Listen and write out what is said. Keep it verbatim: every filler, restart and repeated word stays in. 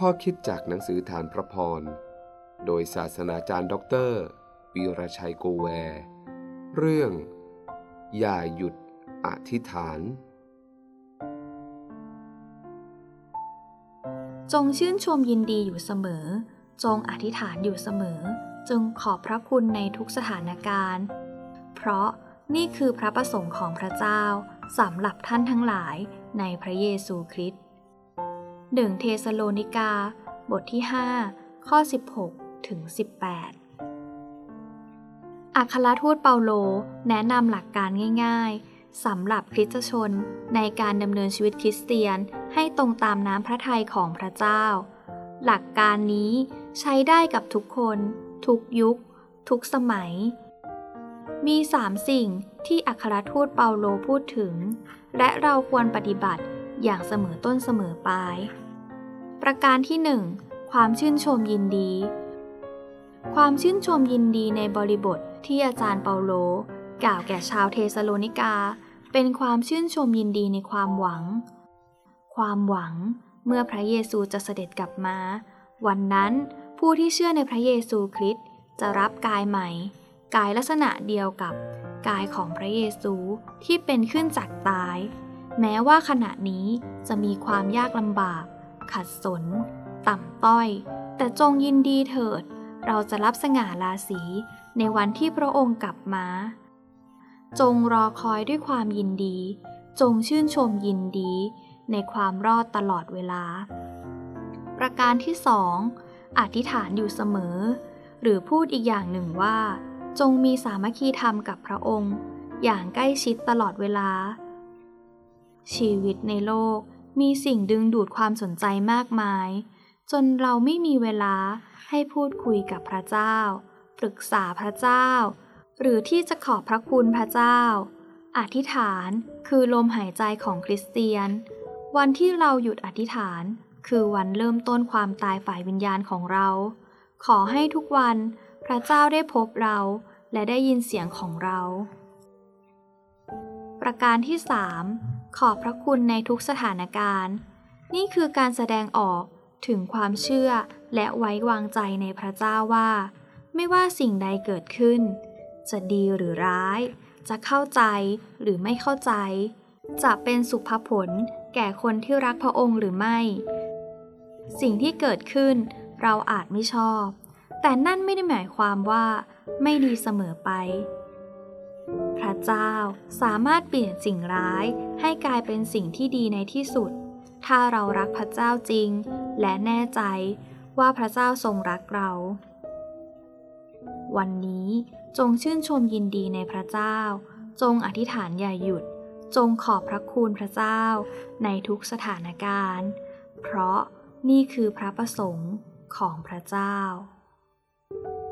ข้อคิดจากหนังสือฐานพระพรโดยศาสนาจารย์ด็อกเตอร์วีรชัยโกแวร์เรื่องอย่าหยุดอธิษฐานจงชื่นชมยินดีอยู่เสมอจงอธิษฐานอยู่เสมอจงขอบพระคุณในทุกสถานการณ์เพราะนี่คือพระประสงค์ของพระเจ้าสำหรับท่านทั้งหลายในพระเยซูคริสต์หนึ่งเทสโลนิกาบทที่ห้าข้อสิบหกถึงสิบแปดอัครทูตเปาโลแนะนำหลักการง่ายๆสำหรับคริสตชนในการดำเนินชีวิตคริสเตียนให้ตรงตามน้ำพระทัยของพระเจ้าหลักการนี้ใช้ได้กับทุกคนทุกยุคทุกสมัยมีสามสิ่งที่อัครทูตเปาโลพูดถึงและเราควรปฏิบัติอย่างเสมอต้นเสมอปลายประการที่หนึ่งความชื่นชมยินดีความชื่นชมยินดีในบริบทที่อาจารย์เปาโลกล่าวแก่ชาวเทสโลนิกาเป็นความชื่นชมยินดีในความหวังความหวังเมื่อพระเยซูจะเสด็จกลับมาวันนั้นผู้ที่เชื่อในพระเยซูคริสต์จะรับกายใหม่กายลักษณะเดียวกับกายของพระเยซูที่เป็นขึ้นจากตายแม้ว่าขณะนี้จะมีความยากลำบากขัดสนต่ำต้อยแต่จงยินดีเถิดเราจะรับสง่าราศีในวันที่พระองค์กลับมาจงรอคอยด้วยความยินดีจงชื่นชมยินดีในความรอดตลอดเวลาประการที่สองอธิษฐานอยู่เสมอหรือพูดอีกอย่างหนึ่งว่าจงมีสามัคคีธรรมกับพระองค์อย่างใกล้ชิดตลอดเวลาชีวิตในโลกมีสิ่งดึงดูดความสนใจมากมายจนเราไม่มีเวลาให้พูดคุยกับพระเจ้าปรึกษาพระเจ้าหรือที่จะขอบพระคุณพระเจ้าอธิษฐานคือลมหายใจของคริสเตียนวันที่เราหยุดอธิษฐานคือวันเริ่มต้นความตายฝ่ายวิญญาณของเราขอให้ทุกวันพระเจ้าได้พบเราและได้ยินเสียงของเราประการที่สามขอบพระคุณในทุกสถานการณ์นี่คือการแสดงออกถึงความเชื่อและไว้วางใจในพระเจ้าว่าไม่ว่าสิ่งใดเกิดขึ้นจะดีหรือร้ายจะเข้าใจหรือไม่เข้าใจจะเป็นสุภผลแก่คนที่รักพระองค์หรือไม่สิ่งที่เกิดขึ้นเราอาจไม่ชอบแต่นั่นไม่ได้หมายความว่าไม่ดีเสมอไปพระเจ้าสามารถเปลี่ยนสิ่งร้ายให้กลายเป็นสิ่งที่ดีในที่สุดถ้าเรารักพระเจ้าจริงและแน่ใจว่าพระเจ้าทรงรักเราวันนี้จงชื่นชมยินดีในพระเจ้าจงอธิษฐานอย่าหยุดจงขอบพระคุณพระเจ้าในทุกสถานการณ์เพราะนี่คือพระประสงค์ของพระเจ้า